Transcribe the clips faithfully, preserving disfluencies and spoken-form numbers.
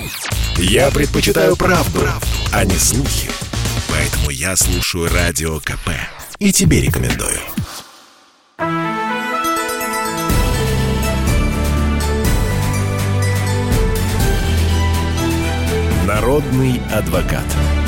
Я предпочитаю правду, правду, а не слухи. Поэтому я слушаю Радио КП. И тебе рекомендую. Народный адвокат.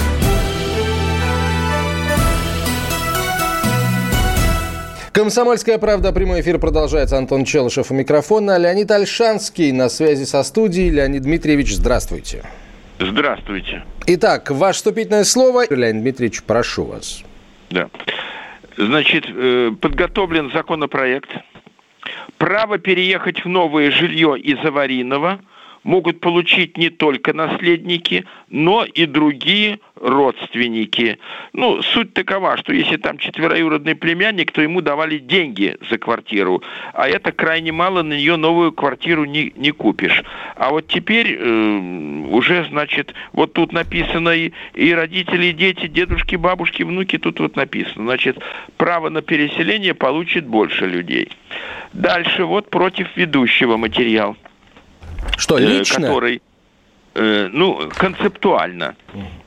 «Комсомольская правда», прямой эфир продолжается. Антон Челышев у микрофона. Леонид Ольшанский на связи со студией. Леонид Дмитриевич, здравствуйте. Здравствуйте. Итак, ваше вступительное слово. Леонид Дмитриевич, прошу вас. Да. Значит, подготовлен законопроект. Право переехать в новое жилье из аварийного могут получить не только наследники, но и другие родственники. Ну, суть такова, что если там четвероюродный племянник, то ему давали деньги за квартиру, а это крайне мало, на нее новую квартиру не, не купишь. А вот теперь э, уже, значит, вот тут написано и, и родители, и дети, дедушки, бабушки, внуки, тут вот написано. Значит, право на переселение получит больше людей. Дальше вот против ведущего материал. Что, лично? Который, э, ну, концептуально.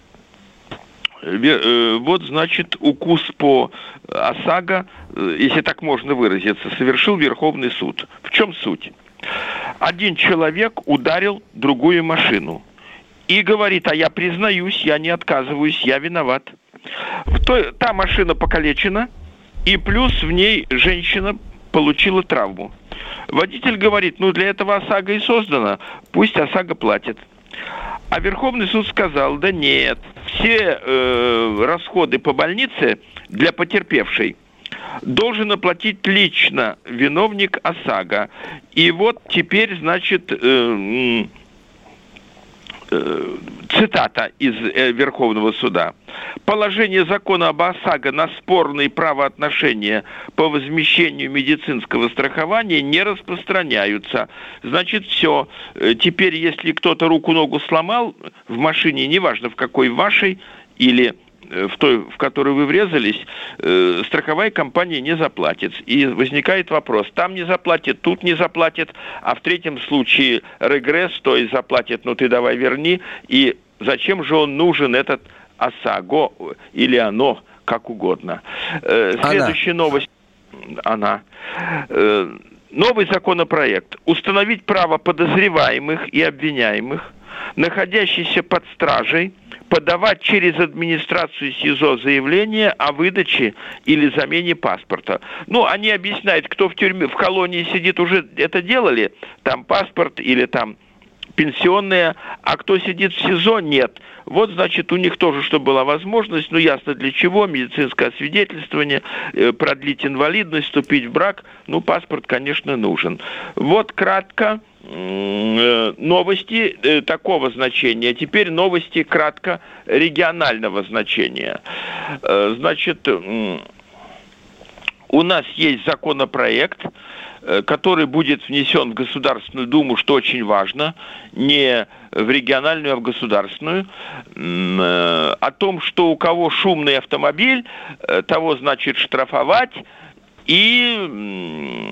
Э, вот, значит, укус по ОСАГО, э, если так можно выразиться, совершил Верховный суд. В чем суть? Один человек ударил другую машину и говорит: а я признаюсь, я не отказываюсь, я виноват. В той, та машина покалечена, и плюс в ней женщина получила травму. Водитель говорит: ну для этого ОСАГО и создано, пусть ОСАГО платит. А Верховный суд сказал: да нет, все э, расходы по больнице для потерпевшей должен оплатить лично виновник ОСАГО. И вот теперь, значит, э, э, цитата из э, Верховного суда. Положение закона об ОСАГО на спорные правоотношения по возмещению медицинского страхования не распространяются. Значит, все. Теперь, если кто-то руку-ногу сломал в машине, неважно в какой вашей или в той, в которую вы врезались, э, страховая компания не заплатит. И возникает вопрос: там не заплатит, тут не заплатит, а в третьем случае регресс, то есть заплатит, ну ты давай верни. И зачем же он нужен, этот ОСАГО, или оно, как угодно. Э, следующая Она. новость. Она. Э, новый законопроект. Установить право подозреваемых и обвиняемых, находящихся под стражей, подавать через администрацию СИЗО заявление о выдаче или замене паспорта. Ну, они объясняют, кто в тюрьме, в колонии сидит, уже это делали, там паспорт или там пенсионные, а кто сидит в СИЗО, нет. Вот, значит, у них тоже, чтобы была возможность, ну, ясно для чего, медицинское освидетельствование, э, продлить инвалидность, вступить в брак, ну, паспорт, конечно, нужен. Вот кратко э, новости э, такого значения. Теперь новости кратко регионального значения. Э, значит, э, у нас есть законопроект, который будет внесен в Государственную Думу, что очень важно, не в региональную, а в государственную, о том, что у кого шумный автомобиль, того, значит, штрафовать и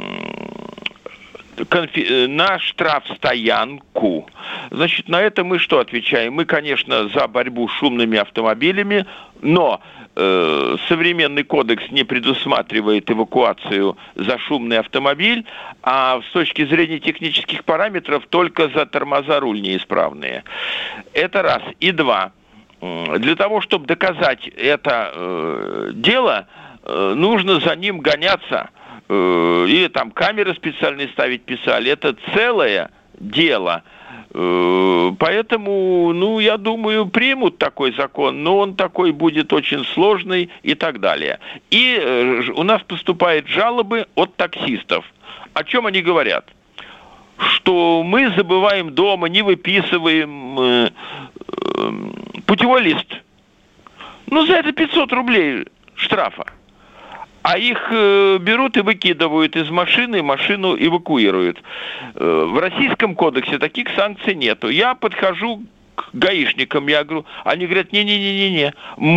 на штрафстоянку. Значит, на это мы что отвечаем? Мы, конечно, за борьбу с шумными автомобилями, но э, современный кодекс не предусматривает эвакуацию за шумный автомобиль, а с точки зрения технических параметров только за тормоза руль неисправные. Это раз. И два. Для того, чтобы доказать это э, дело, э, нужно за ним гоняться. Или там камеры специальные ставить писали. Это целое дело. Поэтому, ну, я думаю, примут такой закон, но он такой будет очень сложный и так далее. И у нас поступают жалобы от таксистов. О чем они говорят? Что мы забываем дома, не выписываем путевой лист. Ну, за это пятьсот рублей штрафа. А их э, берут и выкидывают из машины, машину эвакуируют. Э, в Российском кодексе таких санкций нету. Я подхожу к гаишникам, я говорю, они говорят: не-не-не-не-не, мы вот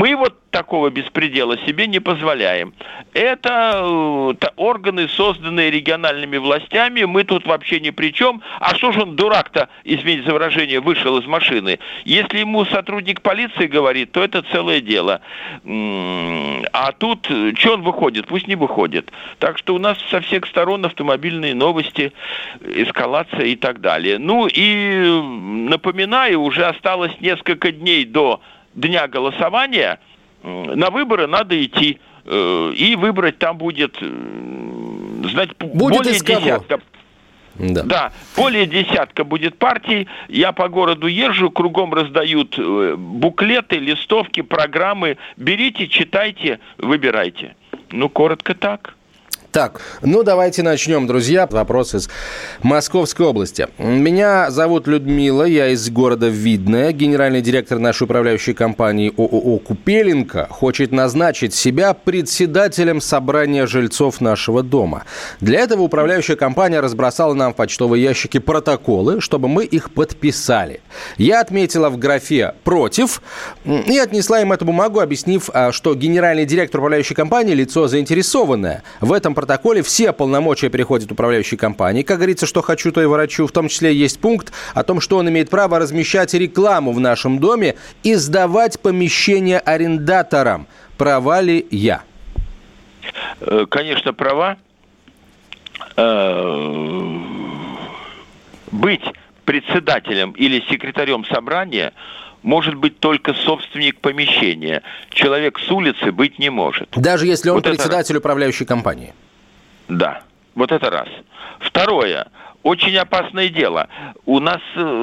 такого беспредела себе не позволяем. Это, это органы, созданные региональными властями, мы тут вообще ни при чем. А что же он, дурак-то, извините за выражение, вышел из машины? Если ему сотрудник полиции говорит, то это целое дело. А тут, что он выходит? Пусть не выходит. Так что у нас со всех сторон автомобильные новости, эскалация и так далее. Ну и напоминаю, уже осталось несколько дней до дня голосования. На выборы надо идти. И выбрать там будет, знать, будет более десятка. Да. да, более десятка будет партий. Я по городу езжу, кругом раздают буклеты, листовки, программы. Берите, читайте, выбирайте. Ну, коротко так. Так, ну давайте начнем, друзья. Вопрос из Московской области. Меня зовут Людмила, я из города Видное. Генеральный директор нашей управляющей компании ООО «Купеленко» хочет назначить себя председателем собрания жильцов нашего дома. Для этого управляющая компания разбросала нам в почтовые ящики протоколы, чтобы мы их подписали. Я отметила в графе «против» и отнесла им эту бумагу, объяснив, что генеральный директор управляющей компании – лицо заинтересованное. В этом протоколе все полномочия переходят управляющей компании. Как говорится, что хочу, то и ворочу. В том числе есть пункт о том, что он имеет право размещать рекламу в нашем доме и сдавать помещение арендаторам. Права ли я? Конечно, права. Быть председателем или секретарем собрания может быть только собственник помещения. Человек с улицы быть не может. Даже если он вот председатель управляющей компании? Да, вот это раз. Второе. Очень опасное дело. У нас,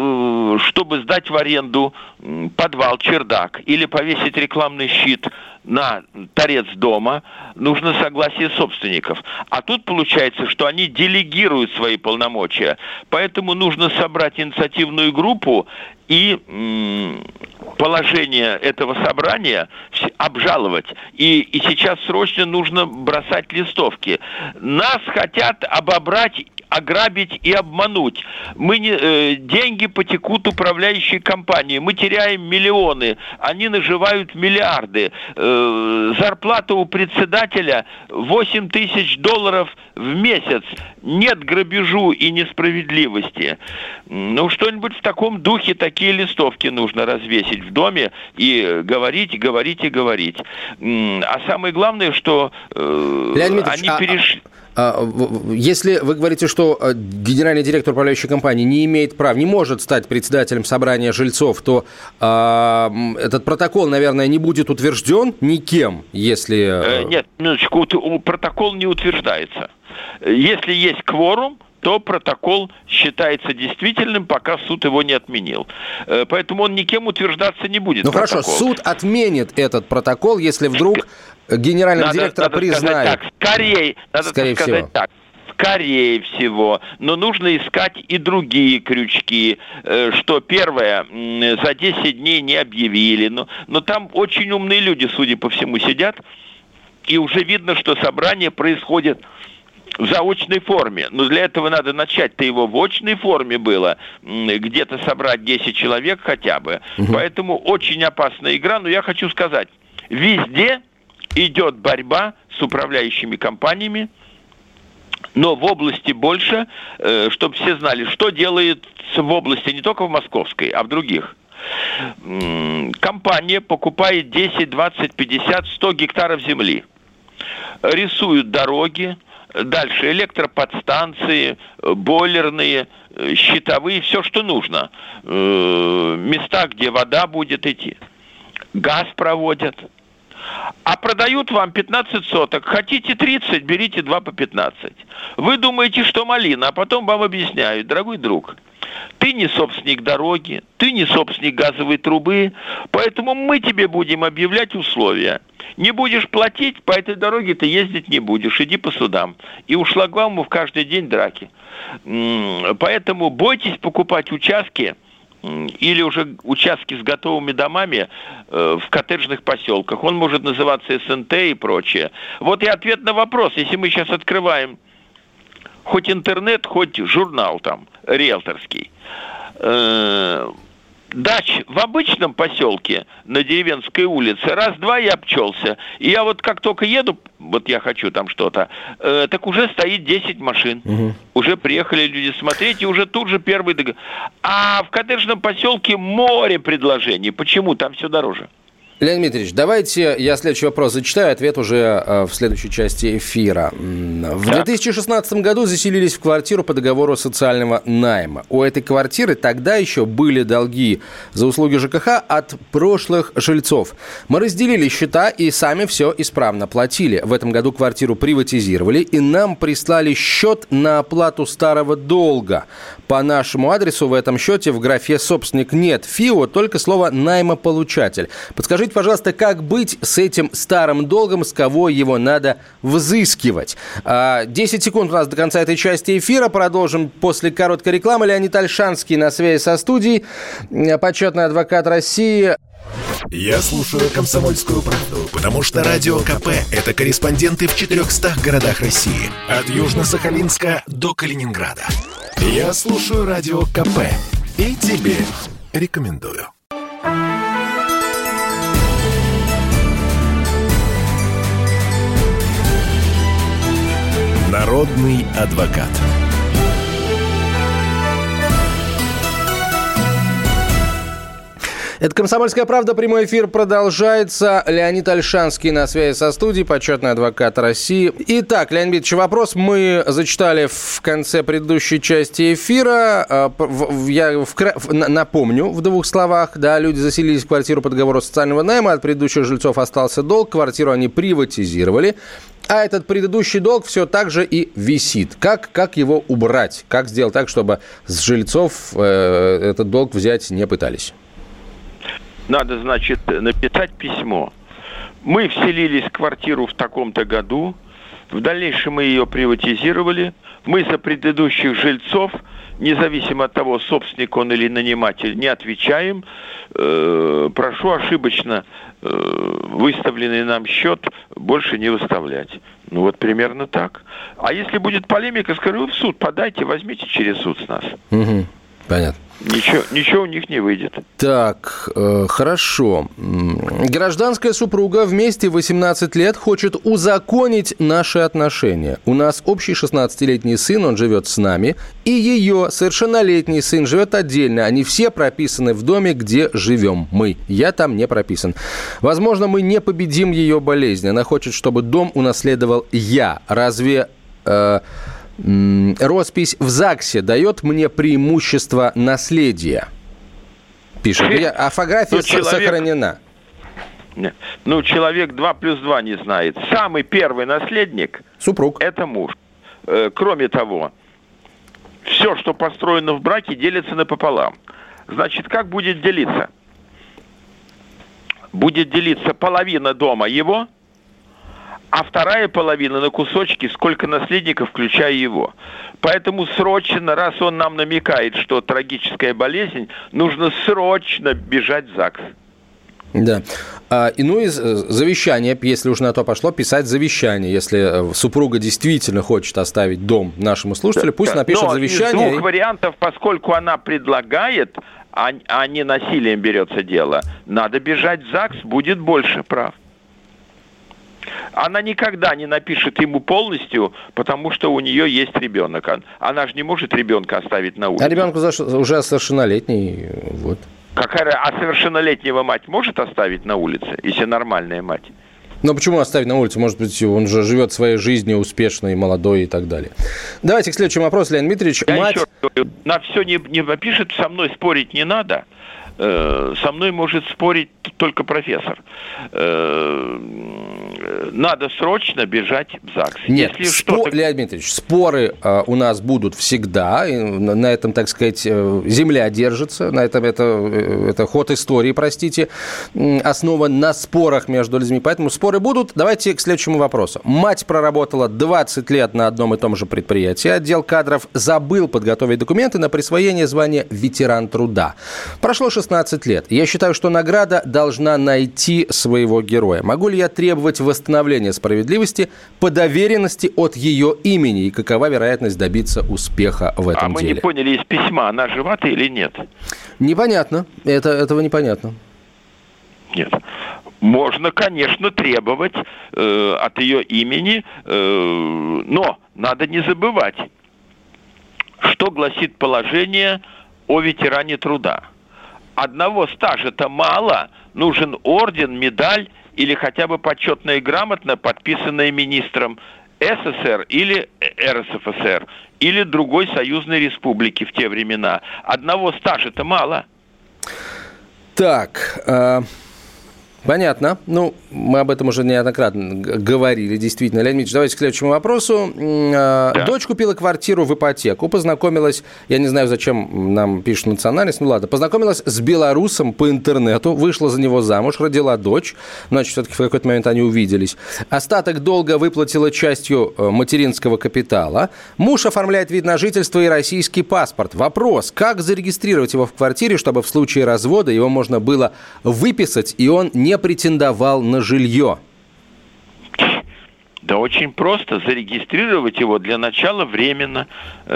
чтобы сдать в аренду подвал, чердак или повесить рекламный щит на торец дома, нужно согласие собственников. А тут получается, что они делегируют свои полномочия. Поэтому нужно собрать инициативную группу и м, положение этого собрания обжаловать. И, и сейчас срочно нужно бросать листовки. Нас хотят обобрать, ограбить и обмануть. Мы не, э, деньги потекут управляющей компании. Мы теряем миллионы. Они наживают миллиарды. Э, зарплата у председателя восемь тысяч долларов в месяц. Нет грабежу и несправедливости. Ну, что-нибудь в таком духе, такие листовки нужно развесить в доме и говорить, говорить и говорить. А самое главное, что э, они а... перешли... Если вы говорите, что генеральный директор управляющей компании не имеет прав, не может стать председателем собрания жильцов, то э, этот протокол, наверное, не будет утвержден никем, если... Нет, минуточку, протокол не утверждается. Если есть кворум, то протокол считается действительным, пока суд его не отменил. Поэтому он никем утверждаться не будет. Ну хорошо, суд отменит этот протокол, если вдруг генерального надо, директора надо признают. Так, скорее, надо скорее сказать всего. так. Скорее всего. Но нужно искать и другие крючки. Что первое, за десять дней не объявили. Но, но там очень умные люди, судя по всему, сидят. И уже видно, что собрание происходит в заочной форме. Но для этого надо начать-то его в очной форме было. Где-то собрать десять человек хотя бы. Угу. Поэтому очень опасная игра. Но я хочу сказать, везде идет борьба с управляющими компаниями. Но в области больше, чтобы все знали, что делает в области, не только в Московской, а в других. Компания покупает десять, двадцать, пятьдесят, сто гектаров земли. Рисуют дороги, дальше электроподстанции, бойлерные, щитовые, все, что нужно. Места, где вода будет идти. Газ проводят. А продают вам пятнадцать соток. Хотите тридцать, берите два по пятнадцать. Вы думаете, что малина, а потом вам объясняют, дорогой друг, ты не собственник дороги, ты не собственник газовой трубы, поэтому мы тебе будем объявлять условия. Не будешь платить, по этой дороге ты ездить не будешь, иди по судам. И у шлагбаумов каждый день драки. Поэтому бойтесь покупать участки, или уже участки с готовыми домами э, в коттеджных поселках. Он может называться эс эн тэ и прочее. Вот и ответ на вопрос. Если мы сейчас открываем хоть интернет, хоть журнал там, риэлторский, э, дач в обычном поселке на деревенской улице раз-два и обчелся. И я вот как только еду, вот я хочу там что-то, э, так уже стоит десять машин. Угу. Уже приехали люди смотреть, и уже тут же первый договор. А в коттеджном поселке море предложений. Почему? Там все дороже. Леонид Дмитриевич, давайте я следующий вопрос зачитаю, ответ уже э, в следующей части эфира. В две тысячи шестнадцатом году заселились в квартиру по договору социального найма. У этой квартиры тогда еще были долги за услуги ЖКХ от прошлых жильцов. Мы разделили счета и сами все исправно платили. В этом году квартиру приватизировали, и нам прислали счет на оплату старого долга. По нашему адресу в этом счете в графе «Собственник» нет ФИО, только слово «наймополучатель». Подскажите, пожалуйста, как быть с этим старым долгом, с кого его надо взыскивать? десять секунд у нас до конца этой части эфира. Продолжим после короткой рекламы. Леонид Ольшанский на связи со студией, почетный адвокат России. Я слушаю «Комсомольскую правду», потому что Радио КП – это корреспонденты в четырехстах городах России. От Южно-Сахалинска до Калининграда. Я слушаю Радио КП и тебе рекомендую. Народный адвокат. Это «Комсомольская правда», прямой эфир продолжается. Леонид Ольшанский на связи со студией, почетный адвокат России. Итак, Леонид Ильич, вопрос мы зачитали в конце предыдущей части эфира. Я напомню в двух словах. Да, люди заселились в квартиру по договору социального найма, от предыдущих жильцов остался долг, квартиру они приватизировали. А этот предыдущий долг все так же и висит. Как, как его убрать? Как сделать так, чтобы с жильцов э, этот долг взять не пытались? Надо, значит, написать письмо. Мы вселились в квартиру в таком-то году. В дальнейшем мы ее приватизировали. Мы за предыдущих жильцов, независимо от того, собственник он или наниматель, не отвечаем. Э, прошу ошибочно э, выставленный нам счет больше не выставлять. Ну вот примерно так. А если будет полемика, скажу, в суд подайте, возьмите через суд с нас. Угу. Понятно. Ничего, ничего у них не выйдет. Так, э, хорошо. Гражданская супруга вместе восемнадцать лет хочет узаконить наши отношения. У нас общий шестнадцатилетний сын, он живет с нами, и ее совершеннолетний сын живет отдельно. Они все прописаны в доме, где живем мы. Я там не прописан. Возможно, мы не победим ее болезнь. Она хочет, чтобы дом унаследовал я. Разве... Э, роспись в ЗАГСе дает мне преимущество наследия? Пишет. А фотография ну, человек... сохранена. Нет. Ну, человек два плюс два не знает. Самый первый наследник – супруг. Это муж. Э, кроме того, все, что построено в браке, делится напополам. Значит, как будет делиться? Будет делиться половина дома его, а вторая половина на кусочки, сколько наследников, включая его. Поэтому срочно, раз он нам намекает, что трагическая болезнь, нужно срочно бежать в ЗАГС. Да. А, и ну и завещание, если уж на то пошло, писать завещание. Если супруга действительно хочет оставить дом нашему слушателю, пусть да, напишет но завещание. Из двух и... вариантов, поскольку она предлагает, а, а не насилием берется дело, надо бежать в ЗАГС, будет больше прав. Она никогда не напишет ему полностью, потому что у нее есть ребенок. Она же не может ребенка оставить на улице. А ребенок уже совершеннолетний, вот. Какая, а совершеннолетнего мать может оставить на улице, если нормальная мать? Но почему оставить на улице? Может быть, он же живет своей жизнью, успешной, молодой и так далее. Давайте к следующему вопросу, Леонид Дмитриевич. Я мать... еще говорю, на все не, не напишет, со мной спорить не надо. Со мной может спорить только профессор. Надо срочно бежать в ЗАГС. Нет, Если спор... что-то... Леонид Дмитриевич, споры э, у нас будут всегда. На этом, так сказать, земля держится. На этом это, это ход истории, простите, основан на спорах между людьми. Поэтому споры будут. Давайте к следующему вопросу. Мать проработала двадцать лет на одном и том же предприятии. Отдел кадров забыл подготовить документы на присвоение звания ветеран труда. Прошло шестнадцать шестнадцать лет. Я считаю, что награда должна найти своего героя. Могу ли я требовать восстановления справедливости по доверенности от ее имени? И какова вероятность добиться успеха в этом деле? А мы деле? не поняли из письма, она жива-то или нет? Непонятно. Это, этого непонятно. Нет. Можно, конечно, требовать э, от ее имени, э, но надо не забывать, что гласит положение о ветеране труда. Одного стажа-то мало, нужен орден, медаль или хотя бы почетная грамота, подписанная министром СССР или РСФСР, или другой союзной республики в те времена. Одного стажа-то мало. Так, э, понятно. Ну, мы об этом уже неоднократно говорили, действительно. Леонид Ильич, давайте к следующему вопросу. Да. Дочь купила квартиру в ипотеку, познакомилась, я не знаю, зачем нам пишут национальность, ну ладно, познакомилась с белорусом по интернету, вышла за него замуж, родила дочь, значит, все-таки в какой-то момент они увиделись. Остаток долга выплатила частью материнского капитала. Муж оформляет вид на жительство и российский паспорт. Вопрос, как зарегистрировать его в квартире, чтобы в случае развода его можно было выписать, и он не претендовал на жилье? Да очень просто. Зарегистрировать его для начала временно,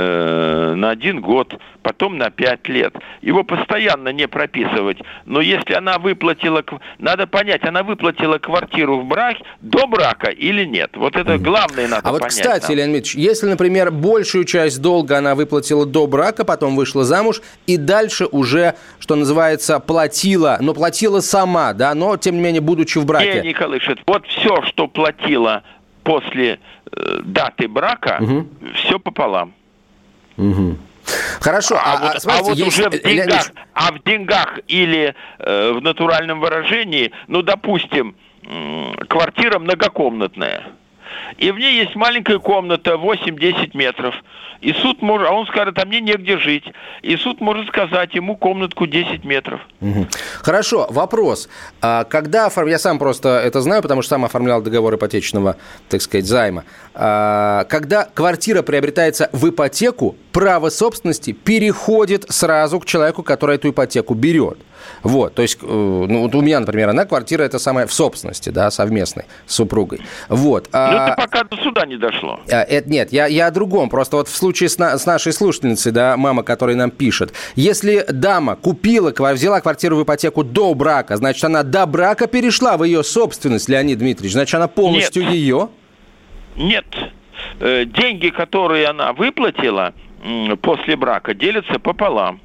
э, на один год, потом на пять лет. Его постоянно не прописывать. Но если она выплатила... Надо понять, она выплатила квартиру в брак до брака или нет. Вот это главное надо понять. А вот, понять, кстати, нам. Леонид Ильич, если, например, большую часть долга она выплатила до брака, потом вышла замуж, и дальше уже, что называется, платила, но платила сама, да, но, тем не менее, будучи в браке. Не, Николай, вот все, что платила после э, даты брака, угу. все пополам. Угу. Хорошо. А, а, вот, смотрите, а вот есть... уже в деньгах, а в деньгах или э, в натуральном выражении, ну, допустим, э, квартира многокомнатная, и в ней есть маленькая комната восемь-десять метров, и суд может, а он скажет, а мне негде жить, и суд может сказать ему комнатку десять метров. Угу. Хорошо, вопрос. А когда оформ... Я сам просто это знаю, потому что сам оформлял договор ипотечного, так сказать, займа. А когда квартира приобретается в ипотеку, право собственности переходит сразу к человеку, который эту ипотеку берет. Вот, то есть, ну, вот у меня, например, одна квартира, это самая в собственности, да, совместной с супругой. Вот. Ну, а... это пока до суда не дошло. А, это, нет, я, я о другом. Просто вот в случае с, на, с нашей слушательницей, да, мама, которая нам пишет, если дама купила, взяла квартиру в ипотеку до брака, значит, она до брака перешла в ее собственность, Леонид Дмитриевич, значит, она полностью нет. ее? Нет. Деньги, которые она выплатила после брака, делятся пополам.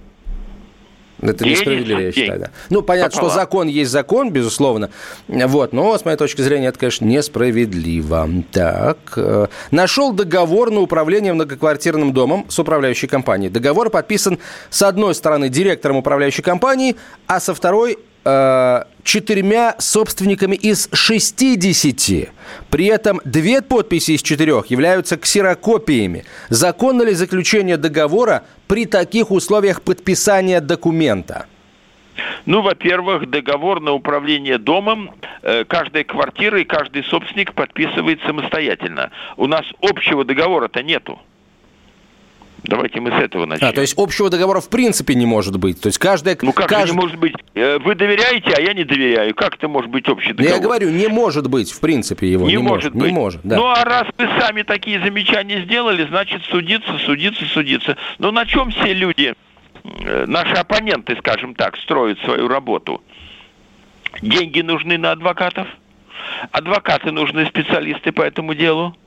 Это несправедливо, я считаю, да. Ну, понятно, пополам. Что закон есть закон, безусловно. Вот, но, с моей точки зрения, это, конечно, несправедливо. Так. Нашел договор на управление многоквартирным домом с управляющей компанией. Договор подписан, с одной стороны, директором управляющей компании, а со второй четырьмя собственниками из шестидесяти. При этом две подписи из четырех являются ксерокопиями. Законно ли заключение договора при таких условиях подписания документа? Ну, во-первых, договор на управление домом, каждая квартира и каждый собственник подписывает самостоятельно. У нас общего договора-то нету. Давайте мы с этого начнем. А, то есть общего договора в принципе не может быть? То есть каждая... Ну как кажд... же не может быть? Вы доверяете, а я не доверяю. Как это может быть общий договор? Я говорю, не может быть в принципе его. Не, не может быть. Не может, да. Ну а раз вы сами такие замечания сделали, значит судиться, судиться, судиться. Но на чем все люди, наши оппоненты, скажем так, строят свою работу? Деньги нужны на адвокатов. Адвокаты нужны, специалисты по этому делу.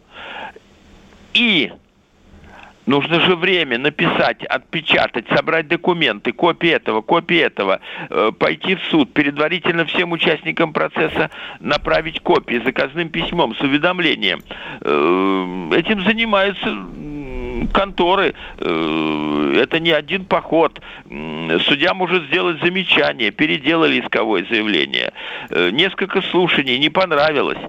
И... нужно же время написать, отпечатать, собрать документы, копии этого, копии этого, э, пойти в суд, предварительно всем участникам процесса направить копии заказным письмом с уведомлением. Э, этим занимаются конторы. Э, это не один поход. Э, судья может сделать замечание, переделали исковое заявление. Э, несколько слушаний, не понравилось.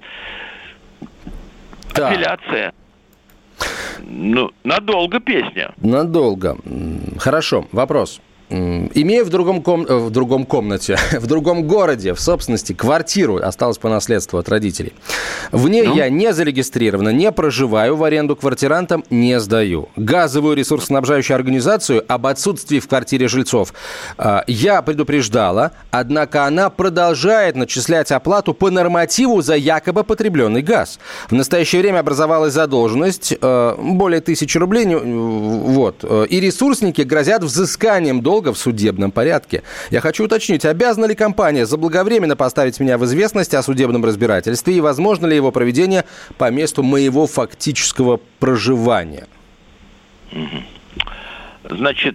Да. Апелляция. Ну, надолго песня. Надолго. Хорошо. Вопрос. Имея в другом, ком... в другом комнате, в другом городе, в собственности, квартиру, осталась по наследству от родителей. В ней ну? я не зарегистрирована, не проживаю, в аренду квартирантам не сдаю. Газовую ресурсоснабжающую организацию об отсутствии в квартире жильцов я предупреждала, однако она продолжает начислять оплату по нормативу за якобы потребленный газ. В настоящее время образовалась задолженность более тысячи рублей, вот, и ресурсники грозят взысканием долга в судебном порядке. Я хочу уточнить, обязана ли компания заблаговременно поставить меня в известность о судебном разбирательстве и возможно ли его проведение по месту моего фактического проживания? Значит,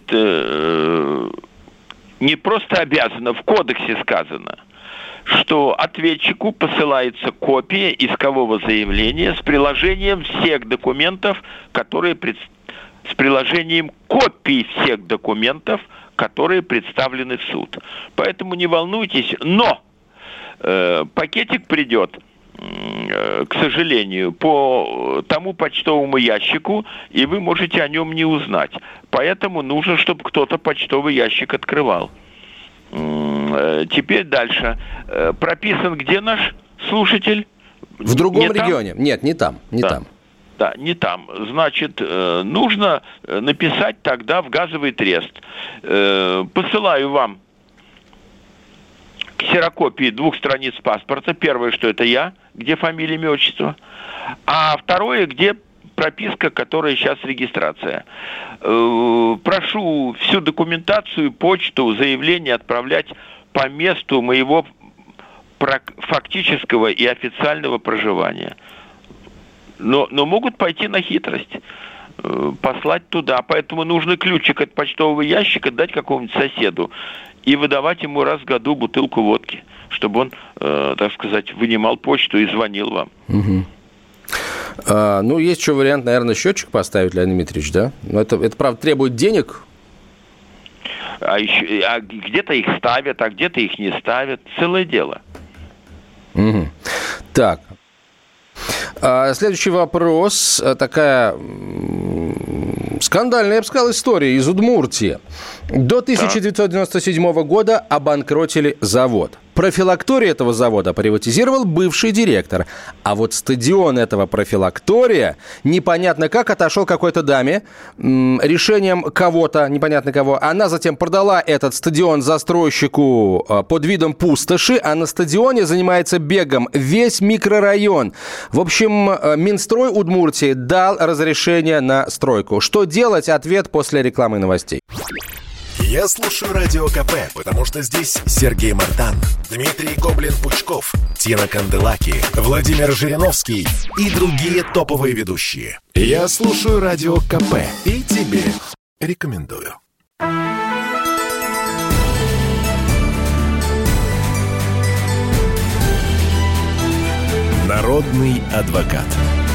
не просто обязана, в кодексе сказано, что ответчику посылается копия искового заявления с приложением всех документов, которые пред... с приложением копий всех документов, которые представлены в суд. Поэтому не волнуйтесь, но э, пакетик придет, э, к сожалению, по тому почтовому ящику, и вы можете о нем не узнать. Поэтому нужно, чтобы кто-то почтовый ящик открывал. Э, теперь дальше. Э, прописан где наш слушатель? В другом не регионе. Там? Нет, не там, не да. там. Да, не там. Значит, нужно написать тогда в газовый трест. Посылаю вам ксерокопии двух страниц паспорта. Первое, что это я, где фамилия, имя, отчество. А второе, где прописка, которая сейчас регистрация. Прошу всю документацию, почту, заявление отправлять по месту моего фактического и официального проживания. Но, но могут пойти на хитрость, э, послать туда. Поэтому нужно ключик от почтового ящика дать какому-нибудь соседу и выдавать ему раз в году бутылку водки, чтобы он, э, так сказать, вынимал почту и звонил вам. Угу. А, ну, есть еще вариант, наверное, счетчик поставить, Леонид Дмитриевич, да? Но это, это правда, требует денег. А, еще, а где-то их ставят, а где-то их не ставят. Целое дело. Угу. Так. Следующий вопрос. Такая скандальная, я бы сказал, история из Удмуртии. До тысяча девятьсот девяносто седьмого года обанкротили завод. Профилакторий этого завода приватизировал бывший директор. А вот стадион этого профилактория непонятно как отошел какой-то даме решением кого-то, непонятно кого. Она затем продала этот стадион застройщику под видом пустоши, а на стадионе занимается бегом весь микрорайон. В общем, Минстрой Удмуртии дал разрешение на стройку. Что делать? Ответ после рекламы и новостей. Я слушаю Радио КП, потому что здесь Сергей Мартан, Дмитрий Гоблин-Пучков, Тина Канделаки, Владимир Жириновский и другие топовые ведущие. Я слушаю Радио КП и тебе рекомендую. Народный адвокат.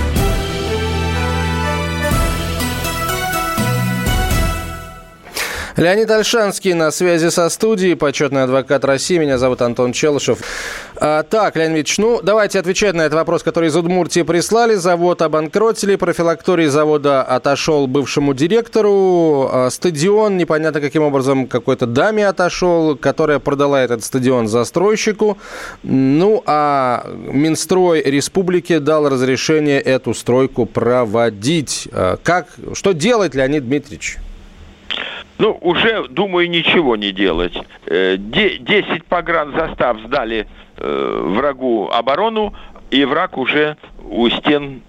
Леонид Ольшанский на связи со студией, почетный адвокат России. Меня зовут Антон Челышев. А, так, Леонид Ильич, ну, давайте отвечать на этот вопрос, который из Удмуртии прислали. Завод обанкротили, профилакторий завода отошел бывшему директору. А, стадион, непонятно каким образом, какой-то даме отошел, которая продала этот стадион застройщику. Ну, а Минстрой Республики дал разрешение эту стройку проводить. А, как, что делать, Леонид Дмитриевич? Ну, уже, думаю, ничего не делать. Десять погранзастав сдали э, врагу оборону, и враг уже у стен,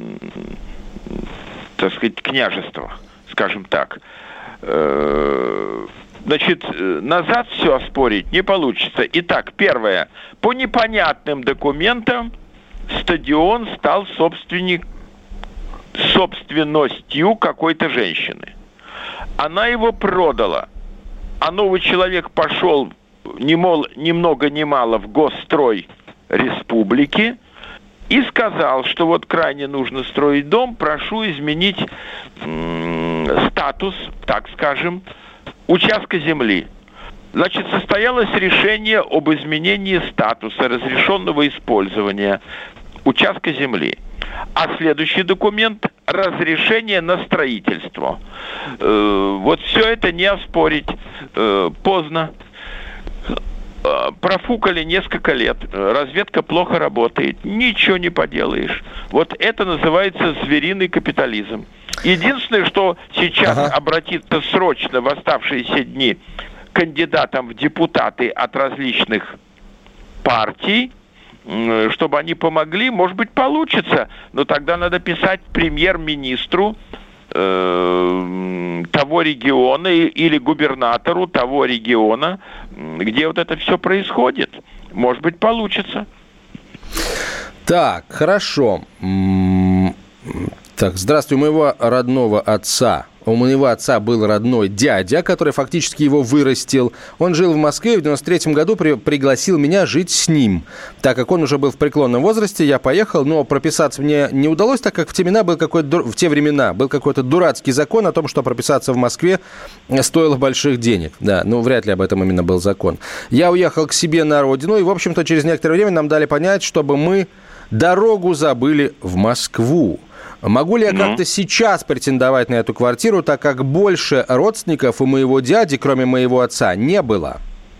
так сказать, княжества, скажем так. Э, значит, назад все оспорить не получится. Итак, первое. По непонятным документам стадион стал собственник, собственностью какой-то женщины. Она его продала, а новый человек пошел ни, мол, ни много ни мало в Госстрой Республики и сказал, что вот крайне нужно строить дом, прошу изменить м- статус, так скажем, участка земли. Значит, состоялось решение об изменении статуса разрешенного использования участка земли. А следующий документ – разрешение на строительство. Э, вот все это не оспорить. Э, поздно. Э, профукали несколько лет. Разведка плохо работает. Ничего не поделаешь. Вот это называется звериный капитализм. Единственное, что сейчас ага. обратиться срочно в оставшиеся дни кандидатам в депутаты от различных партий, чтобы они помогли, может быть, получится, но тогда надо писать премьер-министру э, того региона или губернатору того региона, где вот это все происходит. Может быть, получится. Так, хорошо. Так, здравствуй, у моего родного отца. У моего отца был родной дядя, который фактически его вырастил. Он жил в Москве и в девяносто третьем году при, пригласил меня жить с ним. Так как он уже был в преклонном возрасте, я поехал, но прописаться мне не удалось, так как в те, времена был какой-то, в те времена был какой-то дурацкий закон о том, что прописаться в Москве стоило больших денег. Да, ну вряд ли об этом именно был закон. Я уехал к себе на родину, и, в общем-то, через некоторое время нам дали понять, чтобы мы дорогу забыли в Москву. Могу ли я как-то сейчас претендовать на эту квартиру, так как больше родственников у моего дяди, кроме моего отца, не было?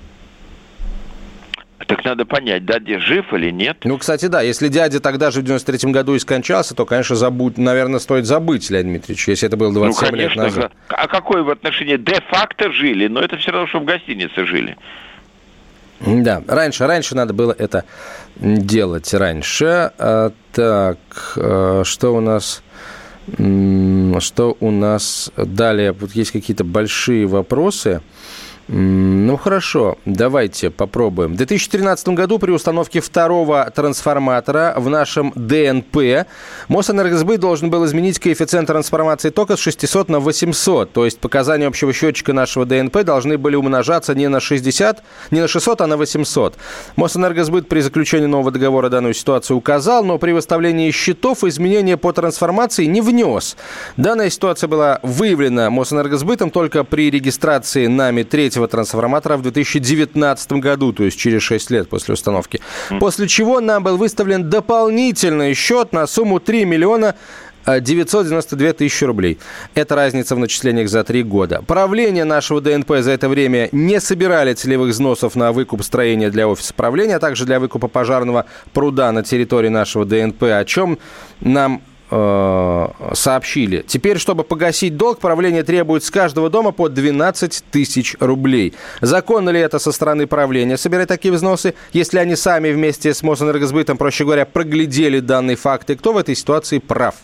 Так надо понять, дядя жив или нет? Ну, кстати, да. Если дядя тогда же в девяносто третьем году и скончался, то, конечно, забудь, наверное, стоит забыть, Леонид Дмитриевич, если это было двадцать семь ну, конечно, лет назад. А какое в отношении де-факто жили? Но это все равно, что в гостинице жили. Да, раньше, раньше надо было это делать раньше. А, так, а, что у нас... Что у нас далее? Вот есть какие-то большие вопросы. Ну, хорошо, давайте попробуем. В две тысячи тринадцатом году при установке второго трансформатора в нашем ДНП Мосэнергосбыт должен был изменить коэффициент трансформации тока с шестисот на восемьсот. То есть показания общего счетчика нашего ДНП должны были умножаться не на шестьдесят, не на шестьсот, а на восемьсот. Мосэнергосбыт при заключении нового договора данную ситуацию указал, но при выставлении счетов изменения по трансформации не внес. Данная ситуация была выявлена Мосэнергосбытом только при регистрации нами третьего трансформатора в две тысячи девятнадцатом году, то есть через шесть лет после установки. После чего нам был выставлен дополнительный счет на сумму три миллиона девятьсот девяносто две тысячи рублей. Это разница в начислениях за три года. Правление нашего ДНП за это время не собирали целевых взносов на выкуп строения для офиса правления, а также для выкупа пожарного пруда на территории нашего ДНП, о чем нам сообщили. Теперь, чтобы погасить долг, правление требует с каждого дома по двенадцать тысяч рублей. Законно ли это со стороны правления собирать такие взносы, если они сами вместе с Мосэнергосбытом, проще говоря, проглядели данные факты? Кто в этой ситуации прав?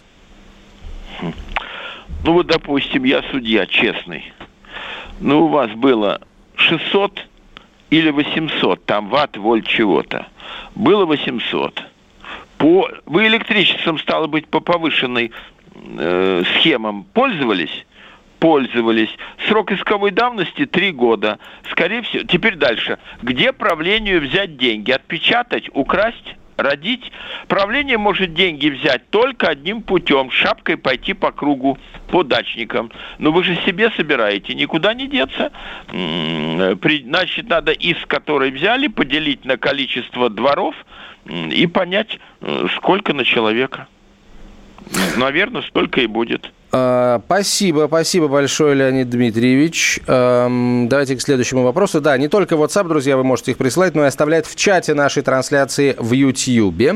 Ну вот, допустим, я судья честный. Ну, у вас было шестьсот или восемьсот, там ватт, вольт, чего-то. Было восемьсот. По, вы электричеством, стало быть, по повышенной э, схемам пользовались? Пользовались. Срок исковой давности три года. Скорее всего, теперь дальше. Где правлению взять деньги? Отпечатать, украсть, родить? Правление может деньги взять только одним путем. Шапкой пойти по кругу, по дачникам. Но вы же себе собираете, никуда не деться. Значит, надо иск, который взяли, поделить на количество дворов, и понять, сколько на человека. Наверное, столько и будет. Спасибо, спасибо большое, Леонид Дмитриевич. Давайте к следующему вопросу. Да, не только в WhatsApp, друзья, вы можете их присылать, но и оставлять в чате нашей трансляции в YouTube.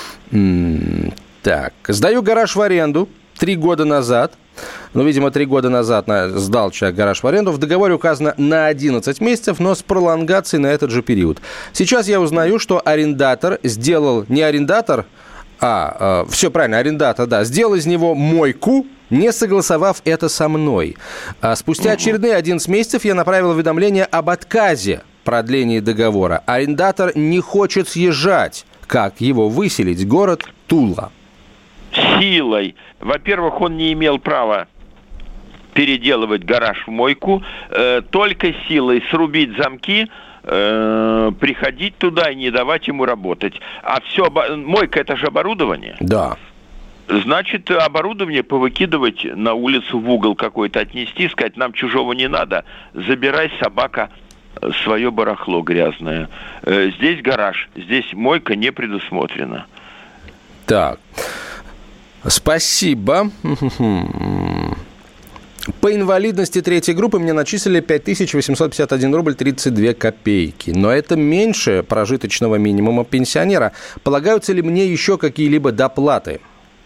Так, сдаю гараж в аренду три года назад. Ну, видимо, три года назад сдал человек гараж в аренду. В договоре указано на одиннадцать месяцев, но с пролонгацией на этот же период. Сейчас я узнаю, что арендатор сделал, не арендатор, а, э, все правильно, арендатор, да, сделал из него мойку, не согласовав это со мной. А спустя очередные одиннадцать месяцев я направил уведомление об отказе продления договора. Арендатор не хочет съезжать. Как его выселить? Город Тула. Силой. Во-первых, он не имел права переделывать гараж в мойку, э, только силой срубить замки, э, приходить туда и не давать ему работать. А все, обо... мойка — это же оборудование. Да. Значит, оборудование повыкидывать на улицу, в угол какой-то отнести, сказать, нам чужого не надо, забирай, собака, свое барахло грязное. Э, здесь гараж, здесь мойка не предусмотрена. Так. Спасибо. По инвалидности третьей группы мне начислили пять тысяч восемьсот пятьдесят один рубль тридцать две копейки. Но это меньше прожиточного минимума пенсионера. Полагаются ли мне еще какие-либо доплаты?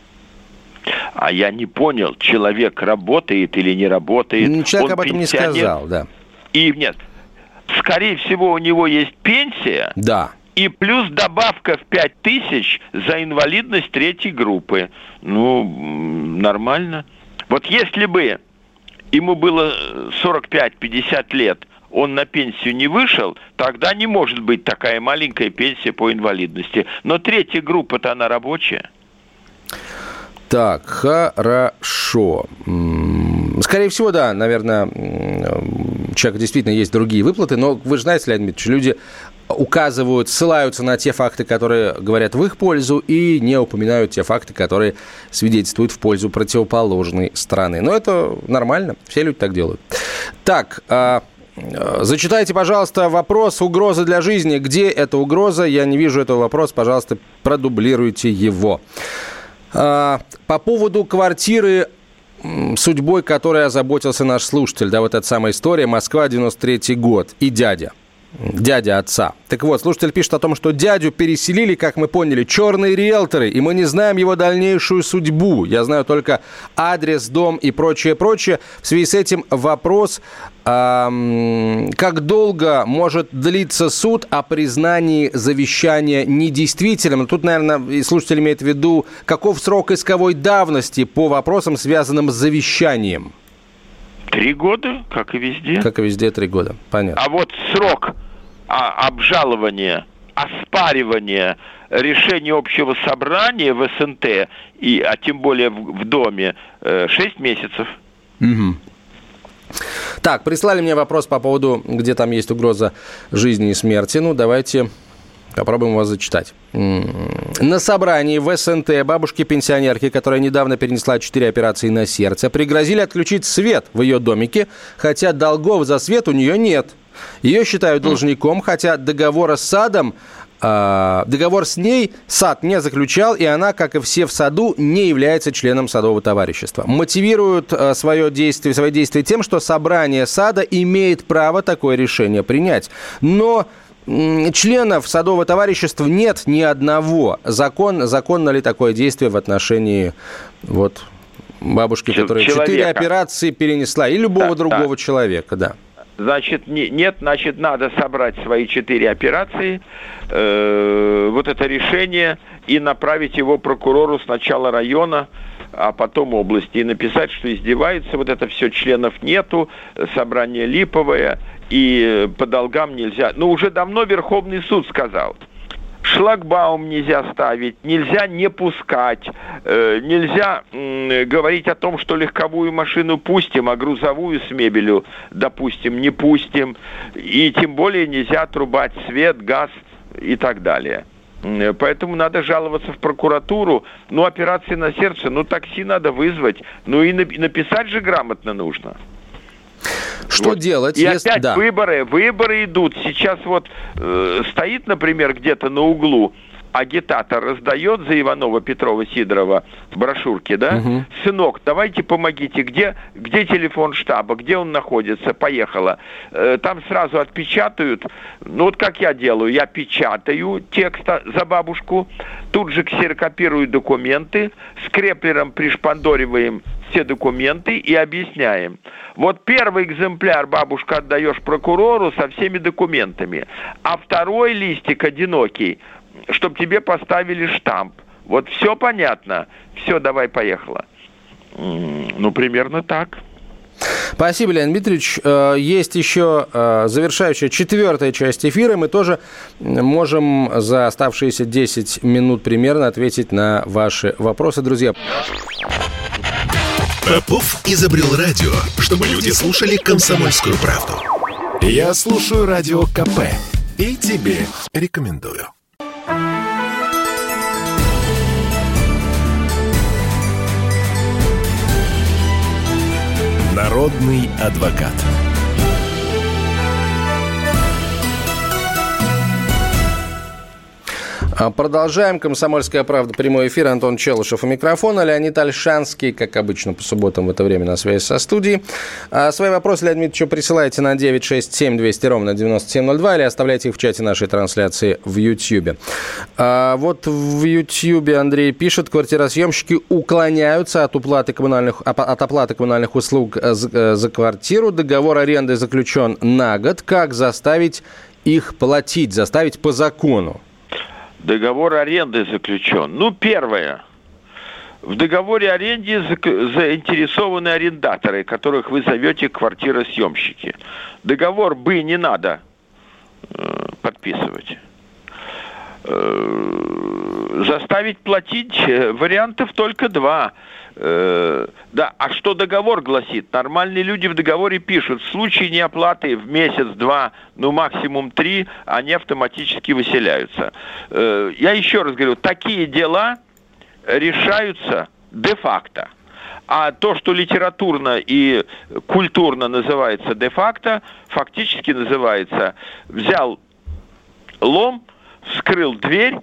А я не понял, человек работает или не работает. Человек об этом не сказал, да. И нет, скорее всего, у него есть пенсия. Да. И плюс добавка в пять тысяч за инвалидность третьей группы. Ну, нормально. Вот если бы ему было сорок пять - пятьдесят лет, он на пенсию не вышел, тогда не может быть такая маленькая пенсия по инвалидности. Но третья группа-то она рабочая. Так, хорошо. Скорее всего, да, наверное, у человека действительно есть другие выплаты, но вы же знаете, Леонид Дмитриевич, люди указывают, ссылаются на те факты, которые говорят в их пользу, и не упоминают те факты, которые свидетельствуют в пользу противоположной стороны. Но это нормально, все люди так делают. Так, зачитайте, пожалуйста, вопрос «Угроза для жизни». Где эта угроза? Я не вижу этого вопроса, пожалуйста, продублируйте его. По поводу квартиры, судьбой которой озаботился наш слушатель, да, вот эта самая история, Москва, девяносто третий год, и дядя, дядя отца. Так вот, слушатель пишет о том, что дядю переселили, как мы поняли, черные риэлторы, и мы не знаем его дальнейшую судьбу. Я знаю только адрес, дом и прочее, прочее. В связи с этим вопрос, эм, как долго может длиться суд о признании завещания недействительным? Тут, наверное, слушатель имеет в виду, каков срок исковой давности по вопросам, связанным с завещанием? Три года, как и везде. Как и везде, три года, понятно. А вот срок а, обжалования, оспаривания решения общего собрания в эс эн тэ, и, а тем более в, в Доме, э, шесть месяцев. Угу. Так, прислали мне вопрос по поводу, где там есть угроза жизни и смерти. Ну, давайте попробуем вас зачитать. На собрании в эс эн тэ бабушке-пенсионерке, которая недавно перенесла четыре операции на сердце, пригрозили отключить свет в ее домике, хотя долгов за свет у нее нет. Ее считают должником, хотя договора с садом, э, договор с ней сад не заключал, и она, как и все в саду, не является членом садового товарищества. Мотивируют э, свое действие, свои действия тем, что собрание сада имеет право такое решение принять. Но членов садового товарищества нет ни одного. Закон, законно ли такое действие в отношении вот, бабушки, которая четыре операции перенесла, и любого да, другого да. человека, да? Значит, не, нет, значит, надо собрать свои четыре операции, э, вот это решение, и направить его прокурору сначала района, а потом области, и написать, что издевается, вот это все, членов нету, собрание липовое, и по долгам нельзя. Ну, уже давно Верховный суд сказал, шлагбаум нельзя ставить, нельзя не пускать, э, нельзя э, говорить о том, что легковую машину пустим, а грузовую с мебелью, допустим, не пустим, и тем более нельзя отрубать свет, газ и так далее. Поэтому надо жаловаться в прокуратуру. Ну, операции на сердце, ну, такси надо вызвать. Ну, и написать же грамотно нужно. Что вот. делать? И если... опять да. выборы, выборы идут. Сейчас вот э, стоит, например, где-то на углу агитатор, раздает за Иванова, Петрова, Сидорова брошюрки, да? Угу. Сынок, давайте помогите. Где, где телефон штаба? Где он находится? Поехала. Э, там сразу отпечатают. Ну, вот как я делаю. Я печатаю текст за бабушку, тут же ксерокопирую документы, скреплером пришпандориваем все документы и объясняем. Вот первый экземпляр бабушка отдаешь прокурору со всеми документами, а второй листик одинокий, чтобы тебе поставили штамп. Вот все понятно. Все, давай, поехала. Ну, примерно так. Спасибо, Леонид Дмитриевич. Есть еще завершающая четвертая часть эфира. Мы тоже можем за оставшиеся десять минут примерно ответить на ваши вопросы, друзья. Попов изобрел радио, чтобы люди слушали «Комсомольскую правду». Я слушаю радио ка пэ и тебе рекомендую. Народный адвокат. Продолжаем. «Комсомольская правда». Прямой эфир. Антон Челышев у микрофона. Леонид Ольшанский, как обычно, по субботам в это время на связи со студией. А свои вопросы, Леонид Дмитриевич, присылайте на девять шесть семь двести ровно девяносто семь ноль два или оставляйте их в чате нашей трансляции в Ютьюбе. А вот в Ютьюбе Андрей пишет: квартиросъемщики уклоняются от уплаты коммунальных, от оплаты коммунальных услуг за, за квартиру. Договор аренды заключен на год. Как заставить их платить, заставить по закону? Договор аренды заключен. Ну, первое. В договоре аренды заинтересованы арендаторы, которых вы зовете квартиросъемщики. Договор бы не надо э, подписывать. Э, заставить платить вариантов только два. Э, да, а что договор гласит? Нормальные люди в договоре пишут: в случае неоплаты в месяц, два, ну максимум три, они автоматически выселяются. Э, я еще раз говорю, такие дела решаются де-факто. А то, что литературно и культурно называется де-факто, фактически называется: взял лом, вскрыл дверь,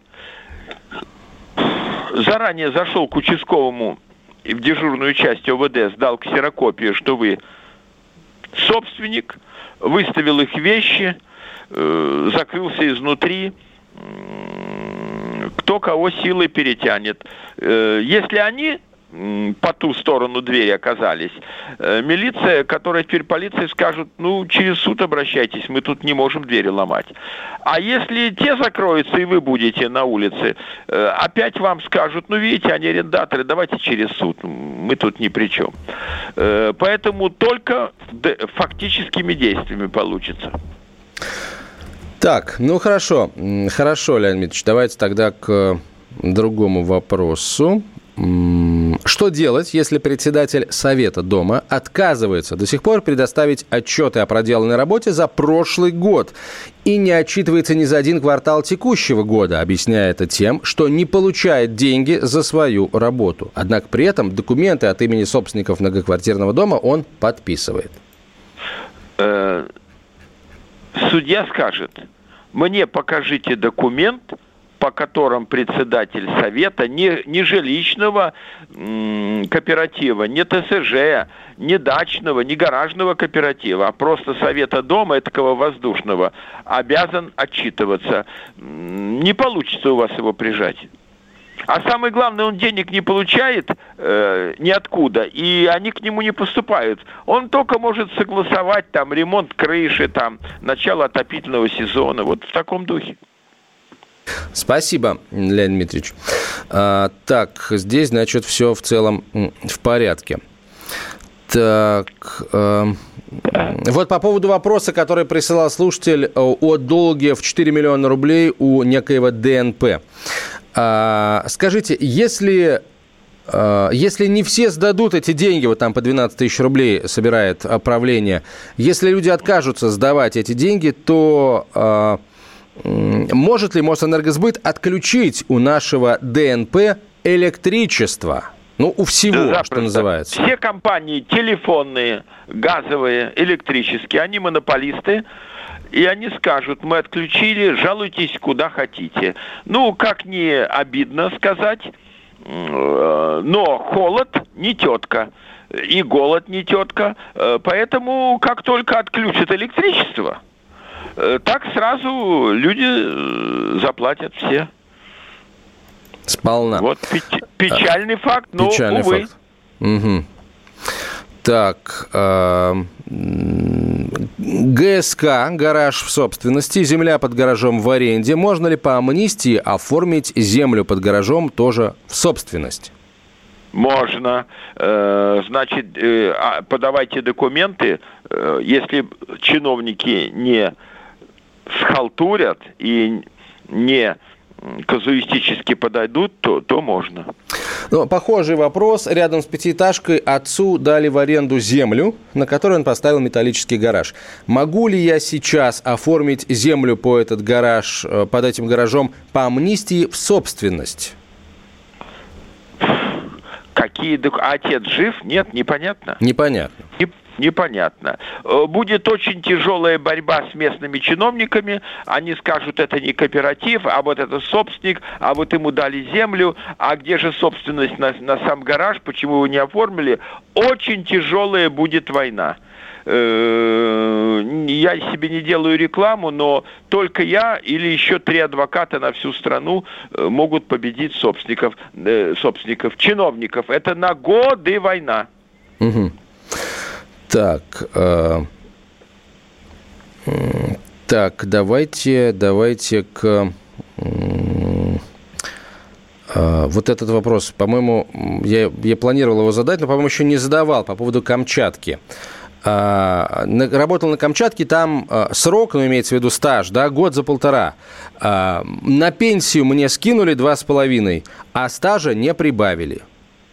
заранее зашел к участковому и в дежурную часть ОВД сдал ксерокопию, что вы собственник, выставил их вещи, э, закрылся изнутри, э, кто кого силой перетянет. Э, если они э, по ту сторону двери оказались, э, милиция, которая теперь полиция, скажут: ну, через суд обращайтесь, мы тут не можем двери ломать. А если те закроются и вы будете на улице, э, опять вам скажут: ну, видите, они арендаторы, давайте через суд, мы тут ни при чем. Э, поэтому только д- фактическими действиями получится. Так, ну хорошо, хорошо, Леонид Дмитриевич, давайте тогда к другому вопросу. Что делать, если председатель Совета дома отказывается до сих пор предоставить отчеты о проделанной работе за прошлый год и не отчитывается ни за один квартал текущего года, объясняя это тем, что не получает деньги за свою работу. Однако при этом документы от имени собственников многоквартирного дома он подписывает? Судья скажет: мне покажите документ, по которым председатель совета ни, ни жилищного м, кооператива, ни ТСЖ, ни дачного, ни гаражного кооператива, а просто совета дома, этакого воздушного, обязан отчитываться. Не получится у вас его прижать. А самое главное, он денег не получает э, ниоткуда, и они к нему не поступают. Он только может согласовать там ремонт крыши, там, начало отопительного сезона, вот в таком духе. Спасибо, Леонид Дмитриевич. А, так, здесь, значит, все в целом в порядке. Так, э, вот по поводу вопроса, который присылал слушатель о долге в четыре миллиона рублей у некоего ДНП. А, скажите, если, а, если не все сдадут эти деньги, вот там по двенадцать тысяч рублей собирает правление, если люди откажутся сдавать эти деньги, то а, может ли Мосэнергосбыт отключить у нашего ДНП электричество? Ну, у всего, да, что называется. Все компании телефонные, газовые, электрические, они монополисты. И они скажут: мы отключили, жалуйтесь куда хотите. Ну, как не обидно сказать, но холод не тетка, и голод не тетка. Поэтому, как только отключат электричество, так сразу люди заплатят все. Сполна. Вот печальный факт, но, печальный увы. Факт. Угу. Так, э, ГСК, гараж в собственности, земля под гаражом в аренде. Можно ли по амнистии оформить землю под гаражом тоже в собственность? Можно. Значит, подавайте документы. Если чиновники не схалтурят и не казуистически подойдут, то, то можно. Ну, похожий вопрос. Рядом с пятиэтажкой отцу дали в аренду землю, на которой он поставил металлический гараж. Могу ли я сейчас оформить землю по этот гараж, под этим гаражом по амнистии в собственность? Какие документы? А отец жив? Нет, непонятно. Непонятно. Не, Непонятно. Будет очень тяжелая борьба с местными чиновниками. Они скажут, это не кооператив, а вот это собственник, а вот ему дали землю, а где же собственность на, на сам гараж, почему его не оформили? Очень тяжелая будет война. Я себе не делаю рекламу, но только я или еще три адвоката на всю страну могут победить собственников, собственников, чиновников. Это на годы война. Угу. Так, э, так, давайте, давайте к э, вот этот вопрос. По-моему, я, я планировал его задать, но, по-моему, еще не задавал по поводу Камчатки. Э, работал на Камчатке, там э, срок, ну, имеется в виду стаж, да, год за полтора. Э, на пенсию мне скинули два с половиной, а стажа не прибавили.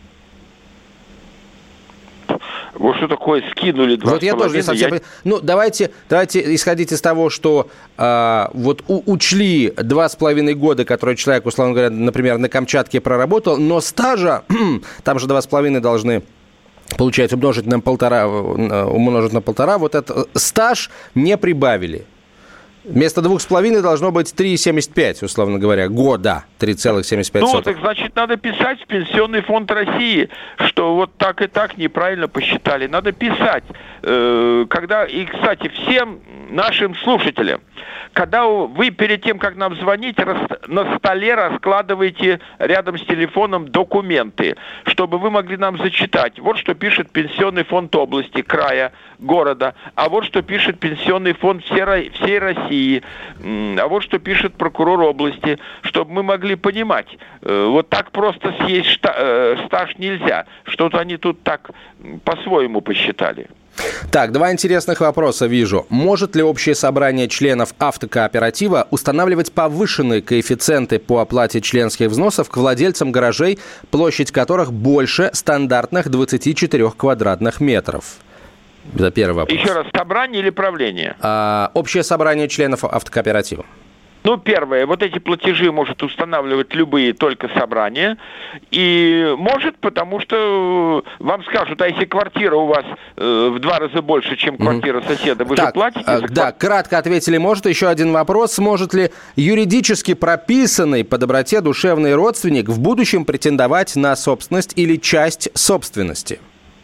Вот что такое скинули два вот с я половиной? тоже не совсем... Я... Ну, давайте, давайте исходить из того, что э, вот у, учли два с половиной года, которые человек, условно говоря, например, на Камчатке проработал, но стажа, там же два с половиной должны, получается, умножить на полтора, умножить на полтора, вот этот стаж не прибавили. Вместо двух с половиной должно быть три целых семьдесят пять, условно говоря, года. три целых семьдесят пять. Ну, так значит, надо писать в Пенсионный фонд России, что вот так и так неправильно посчитали. Надо писать. Когда, и, кстати, всем нашим слушателям, когда вы перед тем, как нам звонить, на столе раскладываете рядом с телефоном документы, чтобы вы могли нам зачитать. Вот что пишет Пенсионный фонд области, края, города, а вот что пишет Пенсионный фонд всей России, а вот что пишет прокурор области, чтобы мы могли понимать. Вот так просто съесть стаж нельзя. Что-то они тут так по-своему посчитали. Так, два интересных вопроса вижу. Может ли общее собрание членов автокооператива устанавливать повышенные коэффициенты по оплате членских взносов к владельцам гаражей, площадь которых больше стандартных двадцати четырёх квадратных метров? Это первый вопрос. Еще раз, собрание или правление? А, общее собрание членов автокооператива. Ну, первое, вот эти платежи может устанавливать любые только собрания. И может, потому что вам скажут, а если квартира у вас э, в два раза больше, чем квартира соседа, вы так, же платите э, за Да, квартиру? кратко ответили. Может, еще один вопрос. Сможет ли юридически прописанный по доброте душевный родственник в будущем претендовать на собственность или часть собственности?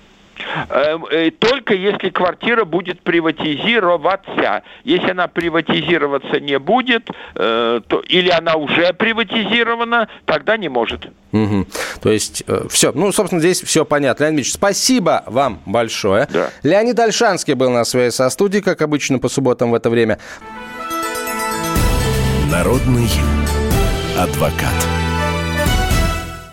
Только если квартира будет приватизироваться. Если она приватизироваться не будет, то, или она уже приватизирована, тогда не может. Угу. То есть, э, все. Ну, собственно, здесь все понятно. Леонид Ильич, спасибо вам большое. Да. Леонид Ольшанский был на связи со студией, как обычно, по субботам в это время. Народный адвокат.